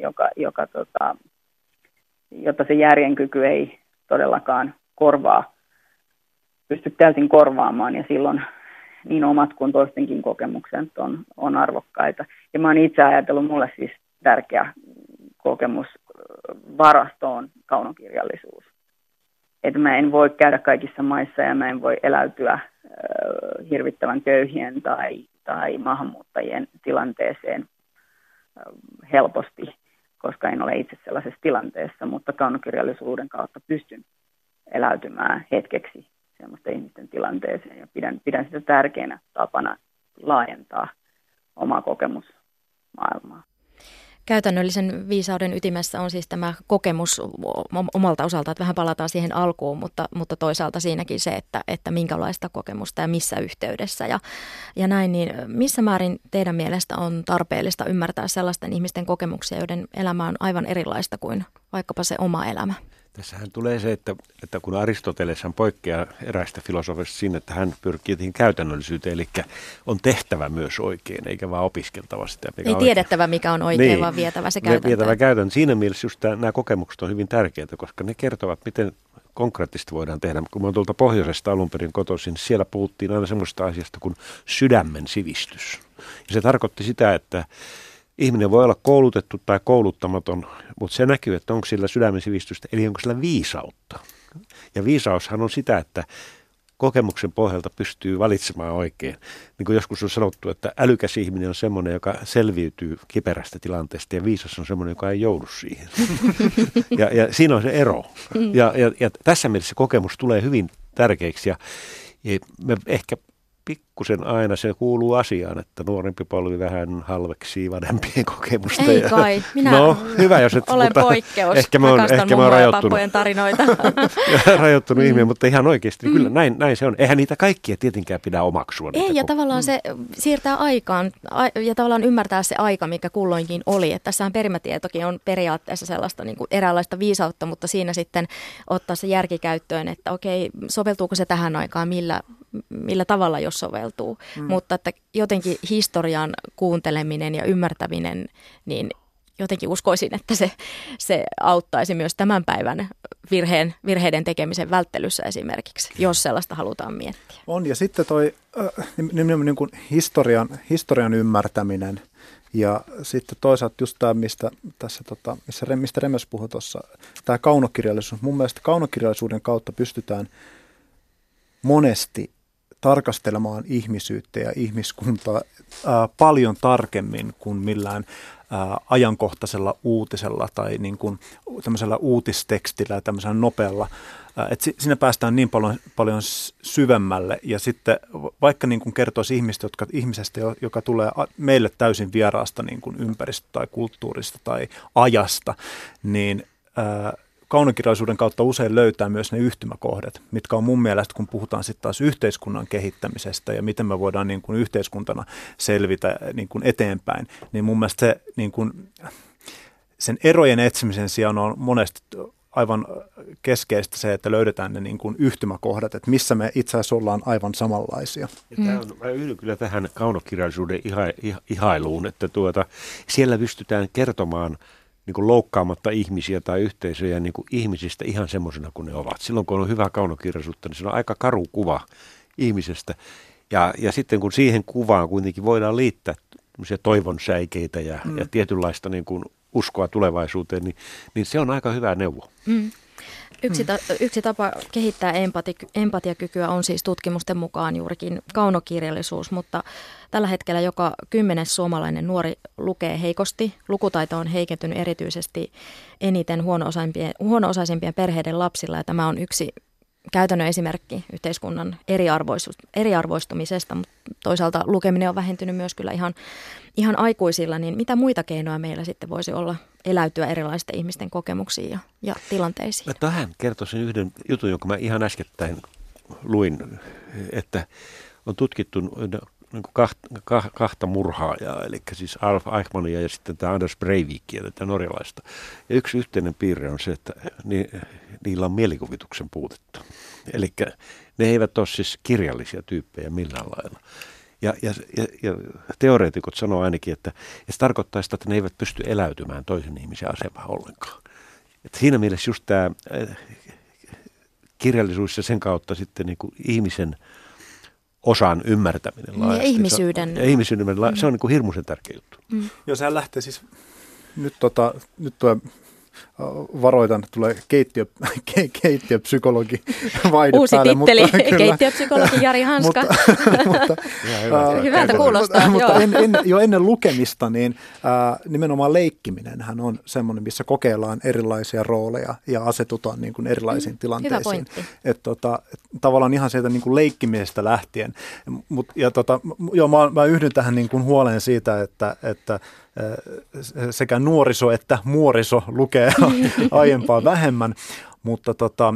jotta se järjenkyky ei todellakaan pysty täysin korvaamaan ja silloin niin omat kuin toistenkin kokemukset on arvokkaita. Ja mä oon itse ajatellut, mulle siis tärkeä kokemusvarasto on kaunokirjallisuus. Että mä en voi käydä kaikissa maissa ja mä en voi eläytyä hirvittävän köyhien tai maahanmuuttajien tilanteeseen helposti, koska en ole itse sellaisessa tilanteessa, mutta kaunokirjallisuuden kautta pystyn eläytymään hetkeksi semmoisten ihmisten tilanteeseen ja pidän sitä tärkeänä tapana laajentaa omaa kokemusmaailmaa. Käytännöllisen viisauden ytimessä on siis tämä kokemus omalta osalta, että vähän palataan siihen alkuun, mutta toisaalta siinäkin se, että minkälaista kokemusta ja missä yhteydessä ja näin, niin missä määrin teidän mielestä on tarpeellista ymmärtää sellaisten ihmisten kokemuksia, joiden elämä on aivan erilaista kuin vaikkapa se oma elämä? Tässähän tulee se, että kun Aristoteles poikkeaa eräistä filosofista siinä, että hän pyrkii jotenkin käytännöllisyyteen, eli on tehtävä myös oikein, eikä vaan opiskeltava sitä. Ei tiedettävä, mikä on oikein, niin, vaan vietävä se käytäntöön. Vietävä käytäntö. Siinä mielessä just nämä kokemukset on hyvin tärkeitä, koska ne kertovat, miten konkreettisesti voidaan tehdä. Kun mä oon tuolta pohjoisesta alun perin kotoisin, niin siellä puhuttiin aina semmoista asiasta kuin sydämen sivistys. Ja se tarkoitti sitä, että ihminen voi olla koulutettu tai kouluttamaton, mutta se näkyy, että onko sillä sydämen sivistystä, eli onko sillä viisautta. Ja viisaushan on sitä, että kokemuksen pohjalta pystyy valitsemaan oikein. Niin kuin joskus on sanottu, että älykäs ihminen on semmoinen, joka selviytyy kiperästä tilanteesta, ja viisas on semmoinen, joka ei joudu siihen. Ja siinä on se ero. Ja tässä mielessä kokemus tulee hyvin tärkeäksi, ja me ehkä pikkusen aina, se kuuluu asiaan, että nuorempi polvi vähän halveksii vanhempien kokemusta. Ei kai, minä hyvä, jos et, olen poikkeus. Ehkä mä oon pappojen tarinoita. rajoittunut ihminen, mutta ihan oikeasti kyllä näin se on. Eihän niitä kaikkia tietenkään pidä omaksua. Ei, ja tavallaan se siirtää aikaan ja tavallaan ymmärtää se aika, mikä kulloinkin oli. Että tässähän perimätietokin on periaatteessa sellaista niin kuin eräänlaista viisautta, mutta siinä sitten ottaa se järki käyttöön, että okei, soveltuuko se tähän aikaan, millä tavalla jos soveltuu. Mutta että jotenkin historian kuunteleminen ja ymmärtäminen, niin jotenkin uskoisin, että se auttaisi myös tämän päivän virheiden tekemisen välttelyssä esimerkiksi, jos sellaista halutaan miettiä. On, ja sitten toi niin kuin historian ymmärtäminen, ja sitten toisaalta just tämä, mistä Remes puhui tuossa, tämä kaunokirjallisuus. Mun mielestä kaunokirjallisuuden kautta pystytään monesti tarkastelemaan ihmisyyttä ja ihmiskuntaa paljon tarkemmin kuin millään ajankohtaisella uutisella tai niin kuin tämmöisellä uutistekstillä ja tämmöisellä nopealla. Siinä päästään niin paljon syvemmälle, ja sitten vaikka niin kuin kertoisi ihmisestä, joka tulee meille täysin vieraasta niin kuin ympäristöstä tai kulttuurista tai ajasta, niin kaunokirjallisuuden kautta usein löytää myös ne yhtymäkohdat, mitkä on mun mielestä, kun puhutaan sitten taas yhteiskunnan kehittämisestä ja miten me voidaan niin kuin yhteiskuntana selvitä niin kuin eteenpäin, niin mun mielestä se, niin kuin, sen erojen etsimisen sijaan on monesti aivan keskeistä se, että löydetään ne niin kuin yhtymäkohdat, että missä me itse asiassa ollaan aivan samanlaisia. Mä yhdyn kyllä tähän kaunokirjallisuuden ihailuun, että siellä pystytään kertomaan niin kuin loukkaamatta ihmisiä tai yhteisöjä niin kuin ihmisistä ihan semmoisena kuin ne ovat. Silloin kun on hyvä kaunokirjallisuutta, niin se on aika karu kuva ihmisestä. Ja sitten kun siihen kuvaan kuitenkin voidaan liittää toivon säikeitä ja tietynlaista niin kuin uskoa tulevaisuuteen, niin se on aika hyvä neuvo. Yksi tapa kehittää empatiakykyä on siis tutkimusten mukaan juurikin kaunokirjallisuus, mutta tällä hetkellä joka 10. suomalainen nuori lukee heikosti. Lukutaito on heikentynyt erityisesti eniten huono-osaisimpien perheiden lapsilla, ja tämä on yksi käytännön esimerkki yhteiskunnan eriarvoistumisesta, mutta toisaalta lukeminen on vähentynyt myös kyllä ihan aikuisilla, niin mitä muita keinoja meillä sitten voisi olla eläytyä erilaisten ihmisten kokemuksiin ja tilanteisiin? Mä tähän kertoisin yhden jutun, jonka mä ihan äskettäin luin, että on tutkittu kahta murhaajaa, eli siis Adolf Eichmannia ja sitten tämä Anders Breivikia, tätä norjalaista. Ja yksi yhteinen piirre on se, että niillä on mielikuvituksen puutetta. Eli ne eivät ole siis kirjallisia tyyppejä millään lailla. Ja teoreetikot sanoo ainakin, että se tarkoittaa sitä, että ne eivät pysty eläytymään toisen ihmisen asemaan ollenkaan. Että siinä mielessä just tämä kirjallisuus ja sen kautta sitten niin kuin ihmisen osan ymmärtäminen laajasti. Ja ihmisyyden. Se on niin kuin hirmuisen tärkeä juttu. Joo, sehän lähtee siis, nyt varoitan, tulee keittiöpsykologi vaihde uusi päälle. titteli, mutta, keittiöpsykologi Jari Hanska. Hyvältä kuulostaa. Jo ennen lukemista, niin nimenomaan leikkiminenhän on semmoinen, missä kokeillaan erilaisia rooleja ja asetutaan niin kuin erilaisiin tilanteisiin. Hyvä pointti. Tavallaan ihan sieltä niin kuin leikkimisestä lähtien. Mä yhdyn tähän niin kuin huoleen siitä, että sekä nuoriso että muoriso lukee aiempaa vähemmän, mutta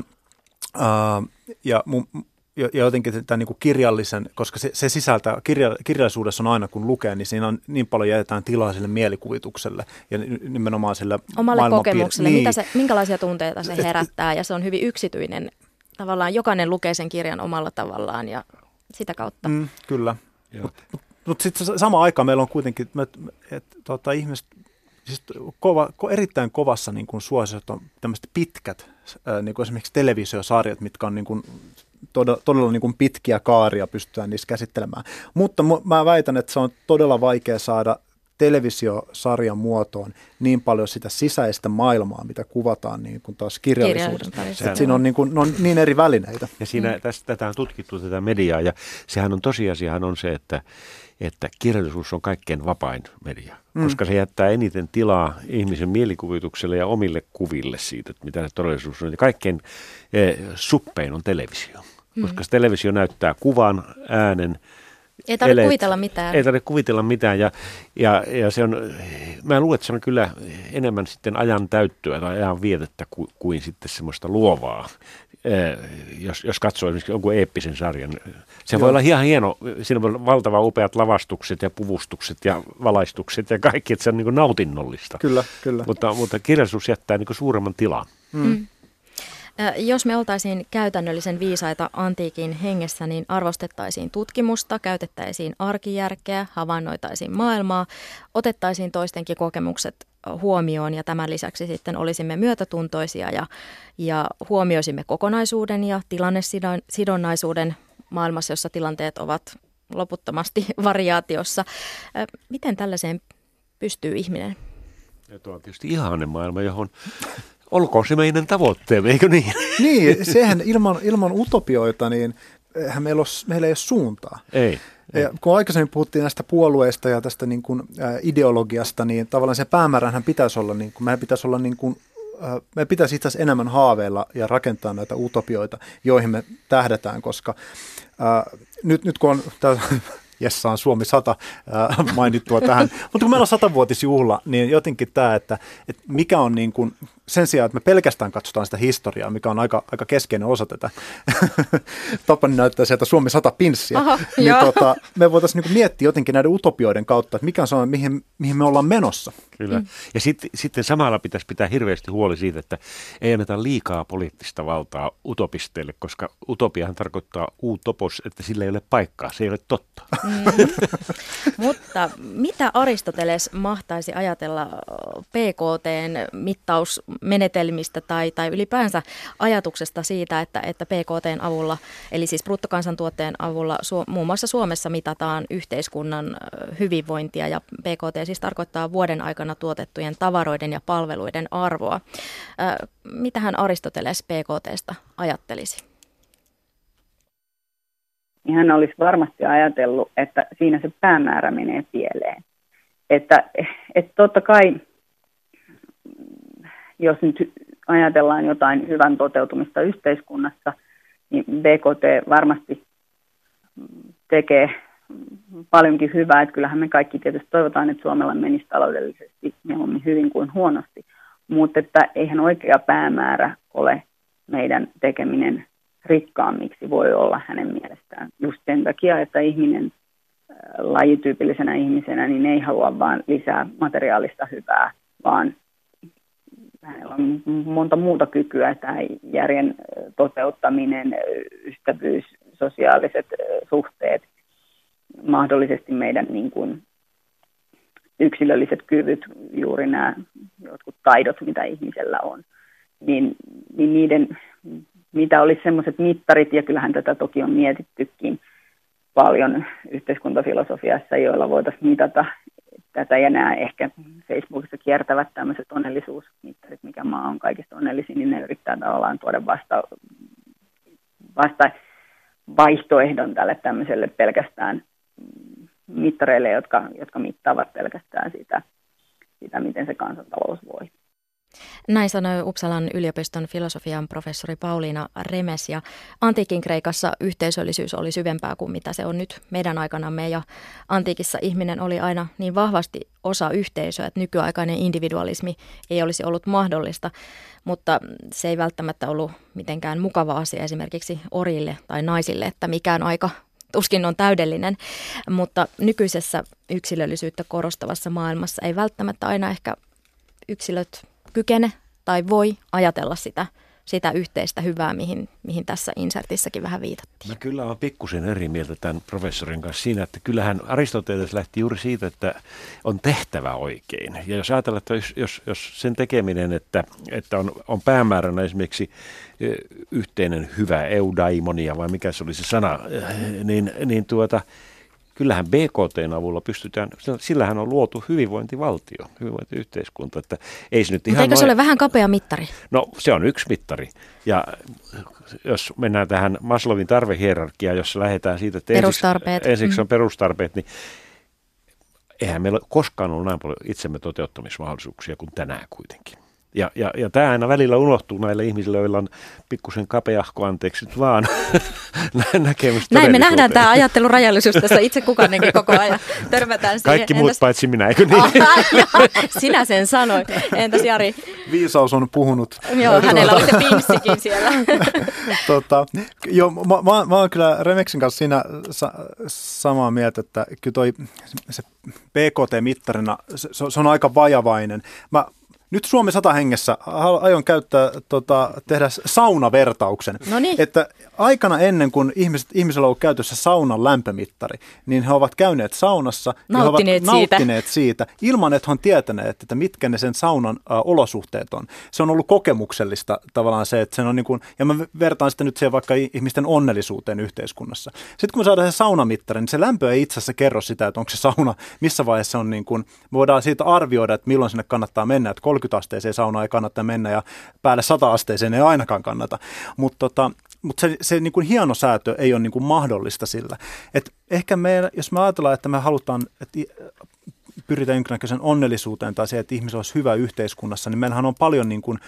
ja jotenkin tämän niin kuin kirjallisen, koska se sisältää, kirjallisuudessa on aina kun lukee, niin siinä on niin paljon jätetään tilaa sille mielikuvitukselle ja nimenomaan sille omalle kokemukselle, niin. Minkälaisia tunteita se herättää, ja se on hyvin yksityinen. Tavallaan jokainen lukee sen kirjan omalla tavallaan ja sitä kautta. Kyllä. Mutta sitten samaan aikaan meillä on kuitenkin, että ihmiset siis erittäin kovassa niin kuin suosiossa on tämmöiset pitkät, niin kuin esimerkiksi televisiosarjat, mitkä on niin kuin todella niin kuin pitkiä kaaria, pystytään niissä käsittelemään. Mutta mä väitän, että se on todella vaikea saada televisiosarjan muotoon niin paljon sitä sisäistä maailmaa, mitä kuvataan niin kuin taas kirjallisuudessa. Siinä on niin eri välineitä. Ja siinä tätä on tutkittu tätä mediaa, ja sehän on tosiasiahan on se, että kirjallisuus on kaikkein vapain media, koska se jättää eniten tilaa ihmisen mielikuvitukselle ja omille kuville siitä, että mitä se todellisuus on. Ja kaikkein suppein on televisio, koska se televisio näyttää kuvan, äänen Ei tarvitse kuvitella mitään. Ei tarvitse kuvitella mitään ja se on, mä luulen, että se on kyllä enemmän sitten ajan täyttöä tai ajan vietettä kuin sitten semmoista luovaa. Jos katsoo esimerkiksi jonkun eeppisen sarjan, se voi olla ihan hieno, siinä voi olla valtavan upeat lavastukset ja puvustukset ja valaistukset ja kaikki, että se on niin kuin nautinnollista. Kyllä. Mutta kirjallisuus jättää niin kuin suuremman tilan. Jos me oltaisiin käytännöllisen viisaita antiikin hengessä, niin arvostettaisiin tutkimusta, käytettäisiin arkijärkeä, havainnoitaisiin maailmaa, otettaisiin toistenkin kokemukset huomioon ja tämän lisäksi sitten olisimme myötätuntoisia ja huomioisimme kokonaisuuden ja tilannesidonnaisuuden maailmassa, jossa tilanteet ovat loputtomasti variaatiossa. Miten tällaiseen pystyy ihminen? Ja tuo on tietysti ihanen maailma, johon olkoon se meidän tavoitteemme, eikö niin? Niin, sehän ilman utopioita, niin meillä ei ole suuntaa. Ei. Ja kun aikaisemmin puhuttiin näistä puolueista ja tästä niin kuin, ideologiasta, niin tavallaan se päämääränhän pitäisi olla, niin kuin, meidän pitäisi itse asiassa enemmän haaveilla ja rakentaa näitä utopioita, joihin me tähdätään, koska nyt kun on Jessa on Suomi 100 mainittua tähän. Mutta kun meillä on 100-vuotisjuhla, niin jotenkin tämä, että mikä on niin kuin, sen sijaan, että me pelkästään katsotaan sitä historiaa, mikä on aika keskeinen osa tätä. Tapani näyttää sieltä Suomi 100 pinssiä. Niin me voitaisiin niin kuin miettiä jotenkin näiden utopioiden kautta, että mikä on sellainen, mihin me ollaan menossa. Kyllä. Ja sitten samalla pitäisi pitää hirveästi huoli siitä, että ei anneta liikaa poliittista valtaa utopisteille, koska utopiahan tarkoittaa utopos, että sillä ei ole paikkaa, se ei ole totta. Mutta mitä Aristoteles mahtaisi ajatella PKT:n mittausmenetelmistä tai ylipäänsä ajatuksesta siitä, että PKT:n avulla, eli siis bruttokansantuotteen avulla muun muassa Suomessa mitataan yhteiskunnan hyvinvointia ja PKT siis tarkoittaa vuoden aikana tuotettujen tavaroiden ja palveluiden arvoa. Mitähän Aristoteles PKT:sta ajattelisi? Niin hän olisi varmasti ajatellut, että siinä se päämäärä menee pieleen. Että totta kai, jos nyt ajatellaan jotain hyvän toteutumista yhteiskunnassa, niin BKT varmasti tekee paljonkin hyvää. Että kyllähän me kaikki tietysti toivotaan, että Suomella menisi taloudellisesti mieluummin hyvin kuin huonosti. Mutta että eihän oikea päämäärä ole meidän tekeminen rikkaammiksi voi olla hänen mielestään. Just sen takia, että ihminen lajityypillisenä ihmisenä niin ei halua vain lisää materiaalista hyvää, vaan hänellä on monta muuta kykyä, tämä järjen toteuttaminen, ystävyys, sosiaaliset suhteet, mahdollisesti meidän niin kuin yksilölliset kyvyt, juuri nämä jotkut taidot, mitä ihmisellä on, niin niiden, mitä olisi sellaiset mittarit, ja kyllähän tätä toki on mietittykin paljon yhteiskuntafilosofiassa, joilla voitaisiin mitata tätä, ja nämä ehkä Facebookissa kiertävät tämmöiset onnellisuusmittarit, mikä maa on kaikista onnellisin, niin ne yrittää tavallaan tuoda vasta vaihtoehdon tälle tämmöiselle pelkästään mittareille, jotka mittaavat pelkästään sitä, miten se kansantalous voi. Näin sanoi Uppsalan yliopiston filosofian professori Pauliina Remes, ja antiikin Kreikassa yhteisöllisyys oli syvempää kuin mitä se on nyt meidän aikanamme, ja antiikissa ihminen oli aina niin vahvasti osa yhteisöä, että nykyaikainen individualismi ei olisi ollut mahdollista, mutta se ei välttämättä ollut mitenkään mukava asia esimerkiksi orille tai naisille, että mikään aika tuskin on täydellinen, mutta nykyisessä yksilöllisyyttä korostavassa maailmassa ei välttämättä aina ehkä yksilöt kykene tai voi ajatella sitä yhteistä hyvää, mihin tässä insertissäkin vähän viitattiin. Mä kyllä olen pikkusen eri mieltä tämän professorin kanssa siinä, että kyllähän Aristoteles lähti juuri siitä, että on tehtävä oikein. Ja jos ajatellaan, että jos sen tekeminen, että on päämääränä esimerkiksi yhteinen hyvä eudaimonia, vai mikä se oli se sana, niin kyllähän BKT:n avulla pystytään, sillähän on luotu hyvinvointivaltio, hyvinvointiyhteiskunta, että ei se nyt ihan... Mutta eikö se ole vähän kapea mittari? No se on yksi mittari, ja jos mennään tähän Maslowin tarvehierarkiaan, jossa lähdetään siitä, että ensiksi on perustarpeet, niin eihän meillä koskaan ollut näin paljon itsemme toteuttamismahdollisuuksia kuin tänään kuitenkin. Ja tämä aina välillä unohtuu näille ihmisille, joilla on pikkusen kapeahko, anteeksi nyt vaan, näkemys. Näin me nähdään tämä ajattelun rajallisuus tässä itse kukainenkin koko ajan. Törmätään siihen. Kaikki muut paitsi minä, eikö niin? Sinä sen sanoit. Entäs Jari? Viisaus on puhunut. Joo, hänellä oli se pinssikin siellä. Mä oon kyllä Remeksin kanssa siinä samaa mieltä, että kyllä se PKT-mittarina, se on aika vajavainen. Nyt Suomi 100 hengessä aion tehdä saunavertauksen. Noniin. Että aikana ennen kuin ihmisellä on ollut käytössä saunan lämpömittari, niin he ovat käyneet saunassa ja he ovat nauttineet siitä ilman, että he on tietäneet, että mitkä ne sen saunan olosuhteet on. Se on ollut kokemuksellista tavallaan se, että sen on niin kuin, ja mä vertaan sitä nyt siihen vaikka ihmisten onnellisuuteen yhteiskunnassa. Sitten kun me saadaan se saunamittari, niin se lämpö ei itse asiassa kerro sitä, että onko se sauna, missä vaiheessa on niin kuin, me voidaan siitä arvioida, että milloin sinne kannattaa mennä, että 30-asteiseen saunaan ei kannata mennä ja päälle 100-asteiseen ei ainakaan kannata, mutta se niin kuin hieno säätö ei ole niin kuin mahdollista sillä. Et ehkä jos me ajatellaan, että me halutaan, että pyritään jonkinnäköisen onnellisuuteen tai se, että ihmisellä olisi hyvä yhteiskunnassa, niin meillähän on paljon niin kuin,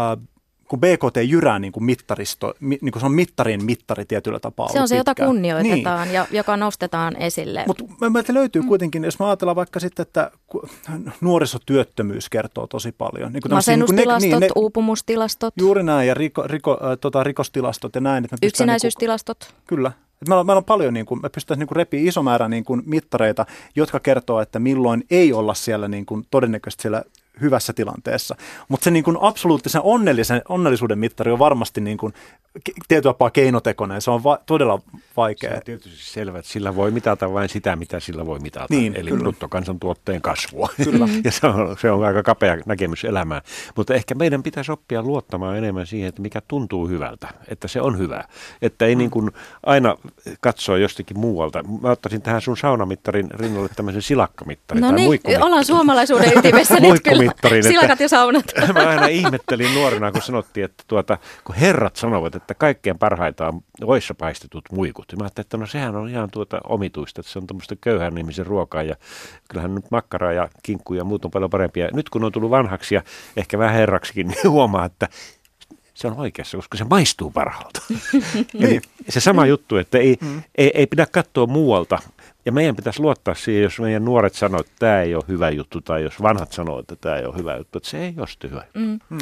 kun BKT jyrää niin kuin mittaristo, niin kuin se on mittarin mittari tietyllä tapaa. Se on se, jota kunnioitetaan niin. ja joka nostetaan esille. Mutta meiltä löytyy kuitenkin, jos me ajatellaan vaikka sitten, että nuorisotyöttömyys kertoo tosi paljon. Niin masennustilastot, uupumustilastot. Juuri näin, ja rikostilastot ja näin. Että yksinäisyystilastot. Kyllä. Meillä on paljon, me pystytään repiä iso määrä mittareita, jotka kertoo, että milloin ei olla siellä todennäköisesti siellä hyvässä tilanteessa. Mutta se absoluuttisen onnellisuuden mittari on varmasti tietyllä tapaa keinotekoinen. Se on todella vaikea. Se on tietysti selvä, että sillä voi mitata vain sitä, mitä sillä voi mitata. Niin, eli kyllä. Bruttokansantuotteen kasvua. Kyllä. Ja se on aika kapea näkemys elämään. Mutta ehkä meidän pitäisi oppia luottamaan enemmän siihen, että mikä tuntuu hyvältä. Että se on hyvä. Että ei aina katsoa jostakin muualta. Mä ottaisin tähän sun saunamittarin rinnalle tämmöisen silakkamittarin. No tai niin, ollaan suomalaisuuden ytimessä nyt kyllä. Silakat ja saunat. Mä aina ihmettelin nuorena, kun sanottiin, että kun herrat sanovat, että kaikkein parhaita on oissa paistetut muikut. Ja mä ajattelin, että no sehän on ihan omituista, että se on tämmöistä köyhän ihmisen ruokaa ja kyllähän nyt makkaraa ja kinkkuja ja muut on paljon parempia. Nyt kun on tullut vanhaksi ja ehkä vähän herraksikin, niin huomaa, että se on oikeassa, koska se maistuu parhaalta. Eli se sama juttu, että ei pidä katsoa muualta. Ja meidän pitäisi luottaa siihen, jos meidän nuoret sanoo, että tämä ei ole hyvä juttu, tai jos vanhat sanoo, että tämä ei ole hyvä juttu, että se ei ole sitten hyvä.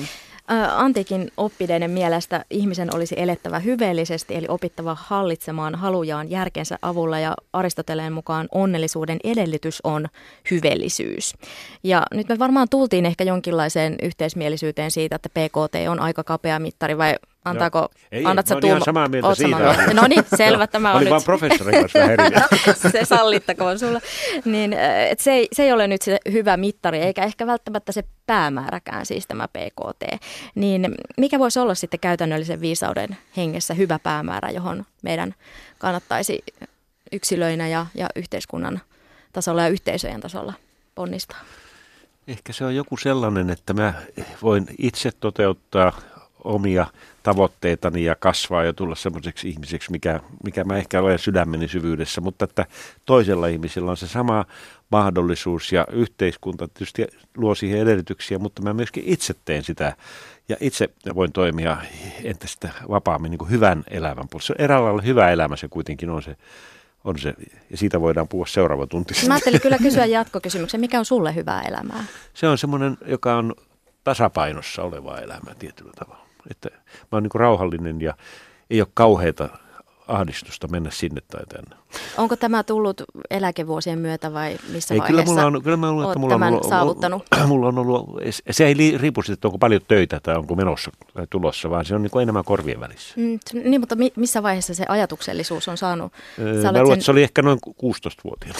Antiikin oppineiden mielestä ihmisen olisi elettävä hyveellisesti, eli opittava hallitsemaan halujaan järkensä avulla, ja Aristoteleen mukaan onnellisuuden edellytys on hyveellisyys. Ja nyt me varmaan tultiin ehkä jonkinlaiseen yhteismielisyyteen siitä, että PKT on aika kapea mittari, vai antaako, annat sä ihan samaa mieltä siitä. No niin, selvä, tämä on nyt. Oli vaan professorin kanssa vähän eri. Se sallittakoon sulla. Niin, se ei ole nyt se hyvä mittari, eikä ehkä välttämättä se päämääräkään, siis tämä PKT. Niin mikä voisi olla sitten käytännöllisen viisauden hengessä hyvä päämäärä, johon meidän kannattaisi yksilöinä ja yhteiskunnan tasolla ja yhteisöjen tasolla ponnistaa? Ehkä se on joku sellainen, että mä voin itse toteuttaa omia tavoitteitani ja kasvaa ja tulla semmoiseksi ihmiseksi, mikä mä ehkä olen sydämeni syvyydessä, mutta että toisella ihmisellä on se sama mahdollisuus ja yhteiskunta tietysti luo siihen edellytyksiä, mutta mä myöskin itse teen sitä ja itse voin toimia entistä vapaammin niin kuin hyvän elämän puolesta. Eräällä lailla hyvä elämä se kuitenkin on se, ja siitä voidaan puhua seuraava tunti. Mä ajattelin kyllä kysyä jatkokysymyksen, mikä on sulle hyvää elämää? Se on semmoinen, joka on tasapainossa olevaa elämää tietyllä tavalla. Että mä oon niin kuin rauhallinen ja ei ole kauheata ahdistusta mennä sinne tai tänne. Onko tämä tullut eläkevuosien myötä vai missä ei, vaiheessa olet tämän saavuttanut? Mulla on ollut, se ei riipu siitä, että onko paljon töitä tai onko menossa tai tulossa, vaan se on niin kuin enemmän korvien välissä. Niin, mutta missä vaiheessa se ajatuksellisuus on saanut? Mä luulen, että se oli ehkä noin 16-vuotiaana.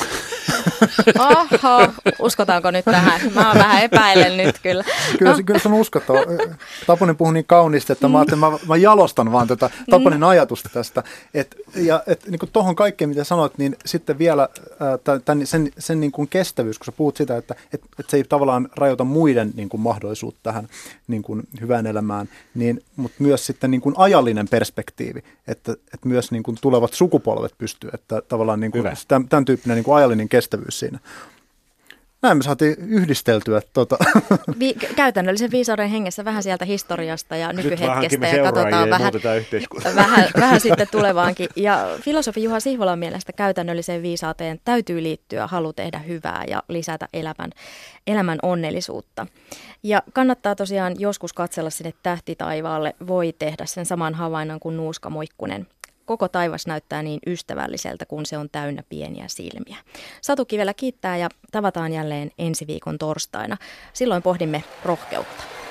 Oho, uskotaanko nyt tähän? Mä oon vähän epäilen nyt kyllä. Kyllä se on uskottava. Taponin puhui niin kauniisti, että mä jalostan vaan tätä Taponin ajatusta tästä. Niin kuin tuohon kaikkeen, mitä sanoit, niin sitten vielä sen niin kuin kestävyys, kun sä puhut sitä, että se ei tavallaan rajoita muiden niin kuin mahdollisuutta tähän niin kuin hyvään elämään, niin, mutta myös sitten niin kuin ajallinen perspektiivi, että myös niin kuin tulevat sukupolvet pystyy, että tavallaan niin kuin tämän tyyppinen niin kuin ajallinen kestävyys siinä. Näin me saatiin yhdisteltyä Käytännöllisen viisauden hengessä vähän sieltä historiasta ja nykyhetkestä ja katsotaan vähän sitten tulevaankin. Ja filosofi Juha Sihvolan mielestä käytännölliseen viisauteen täytyy liittyä halu tehdä hyvää ja lisätä elämän onnellisuutta. Ja kannattaa tosiaan joskus katsella sinne tähtitaivaalle, voi tehdä sen saman havainnon kuin Nuuska Muikkunen. Koko taivas näyttää niin ystävälliseltä, kun se on täynnä pieniä silmiä. Satu Kivelä kiittää ja tavataan jälleen ensi viikon torstaina. Silloin pohdimme rohkeutta.